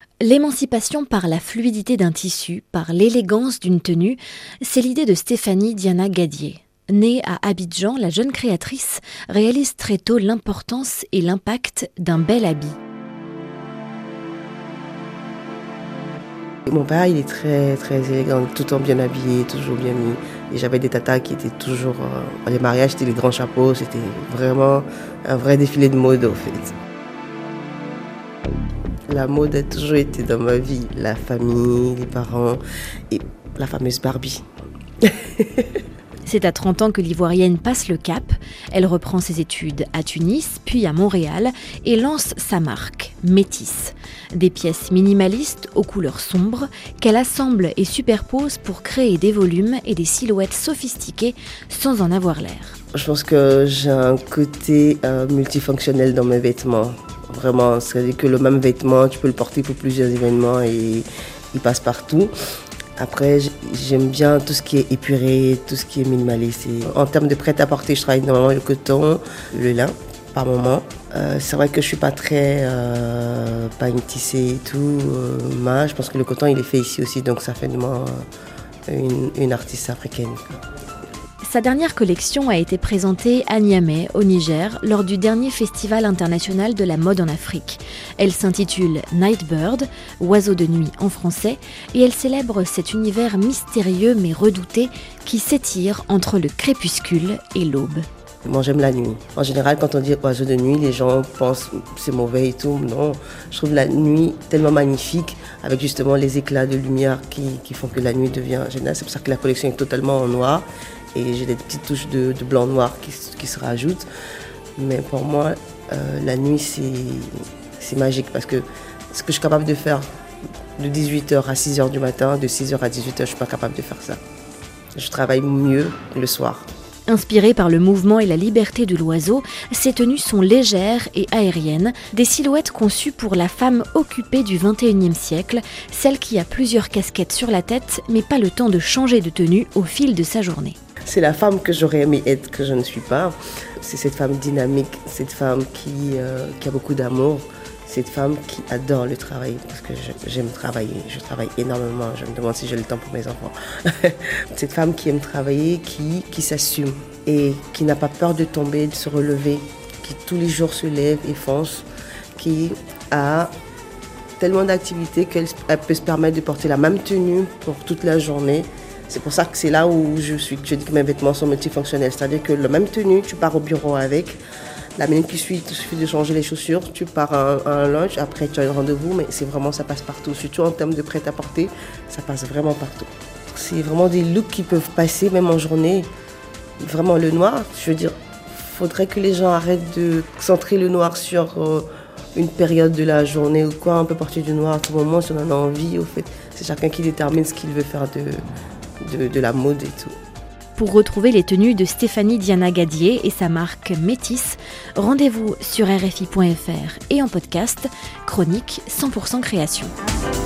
L'émancipation par la fluidité d'un tissu, par l'élégance d'une tenue, c'est l'idée de Stéphanie Diana Gadier. Née à Abidjan, la jeune créatrice réalise très tôt l'importance et l'impact d'un bel habit. Mon père, il est très très élégant, tout le temps bien habillé, toujours bien mis. Et j'avais des tatas qui étaient toujours... les mariages, c'était les grands chapeaux, c'était vraiment un vrai défilé de mode, en fait. La mode a toujours été dans ma vie, la famille, les parents et la fameuse Barbie. C'est à 30 ans que l'Ivoirienne passe le cap. Elle reprend ses études à Tunis, puis à Montréal et lance sa marque, Métis. Des pièces minimalistes aux couleurs sombres qu'elle assemble et superpose pour créer des volumes et des silhouettes sophistiquées sans en avoir l'air. Je pense que j'ai un côté multifonctionnel dans mes vêtements. Vraiment, c'est-à-dire que le même vêtement, tu peux le porter pour plusieurs événements et il passe partout. Après, j'aime bien tout ce qui est épuré, tout ce qui est minimaliste. Et en termes de prêt-à-porter, je travaille normalement le coton, le lin, par moment. C'est vrai que je suis pas très pagne tissé et tout, mais je pense que le coton, il est fait ici aussi, donc ça fait de moi une artiste africaine. Sa dernière collection a été présentée à Niamey, au Niger, lors du dernier Festival international de la mode en Afrique. Elle s'intitule Nightbird, oiseau de nuit en français, et elle célèbre cet univers mystérieux mais redouté qui s'étire entre le crépuscule et l'aube. Moi, j'aime la nuit. En général, quand on dit oiseau de nuit, les gens pensent que c'est mauvais et tout. Non, je trouve la nuit tellement magnifique, avec justement les éclats de lumière qui font que la nuit devient géniale. C'est pour ça que la collection est totalement en noir. Et j'ai des petites touches de blanc-noir qui se rajoutent. Mais pour moi, la nuit, c'est magique. Parce que ce que je suis capable de faire de 18h à 6h du matin, de 6h à 18h, je ne suis pas capable de faire ça. Je travaille mieux le soir. Inspirées par le mouvement et la liberté de l'oiseau, ces tenues sont légères et aériennes, des silhouettes conçues pour la femme occupée du XXIe siècle, celle qui a plusieurs casquettes sur la tête, mais pas le temps de changer de tenue au fil de sa journée. C'est la femme que j'aurais aimé être, que je ne suis pas. C'est cette femme dynamique, cette femme qui a beaucoup d'amour, cette femme qui adore le travail, parce que j'aime travailler, je travaille énormément, je me demande si j'ai le temps pour mes enfants. Cette femme qui aime travailler, qui s'assume et qui n'a pas peur de tomber, de se relever, qui tous les jours se lève et fonce, qui a tellement d'activités qu'elle peut se permettre de porter la même tenue pour toute la journée. C'est pour ça que c'est là où je dis que mes vêtements sont multifonctionnels. C'est-à-dire que la même tenue, tu pars au bureau avec. La minute qui suit, il suffit de changer les chaussures. Tu pars à un lunch, après tu as un rendez-vous. Mais c'est vraiment, ça passe partout. Surtout en termes de prêt-à-porter, ça passe vraiment partout. C'est vraiment des looks qui peuvent passer même en journée. Vraiment le noir, je veux dire, il faudrait que les gens arrêtent de centrer le noir sur une période de la journée ou quoi. On peut porter du noir à tout moment si on en a envie. Au fait, c'est chacun qui détermine ce qu'il veut faire de la mode et tout. Pour retrouver les tenues de Stéphanie Diana Gadier et sa marque Métis, rendez-vous sur RFI.fr et en podcast, chronique 100% création.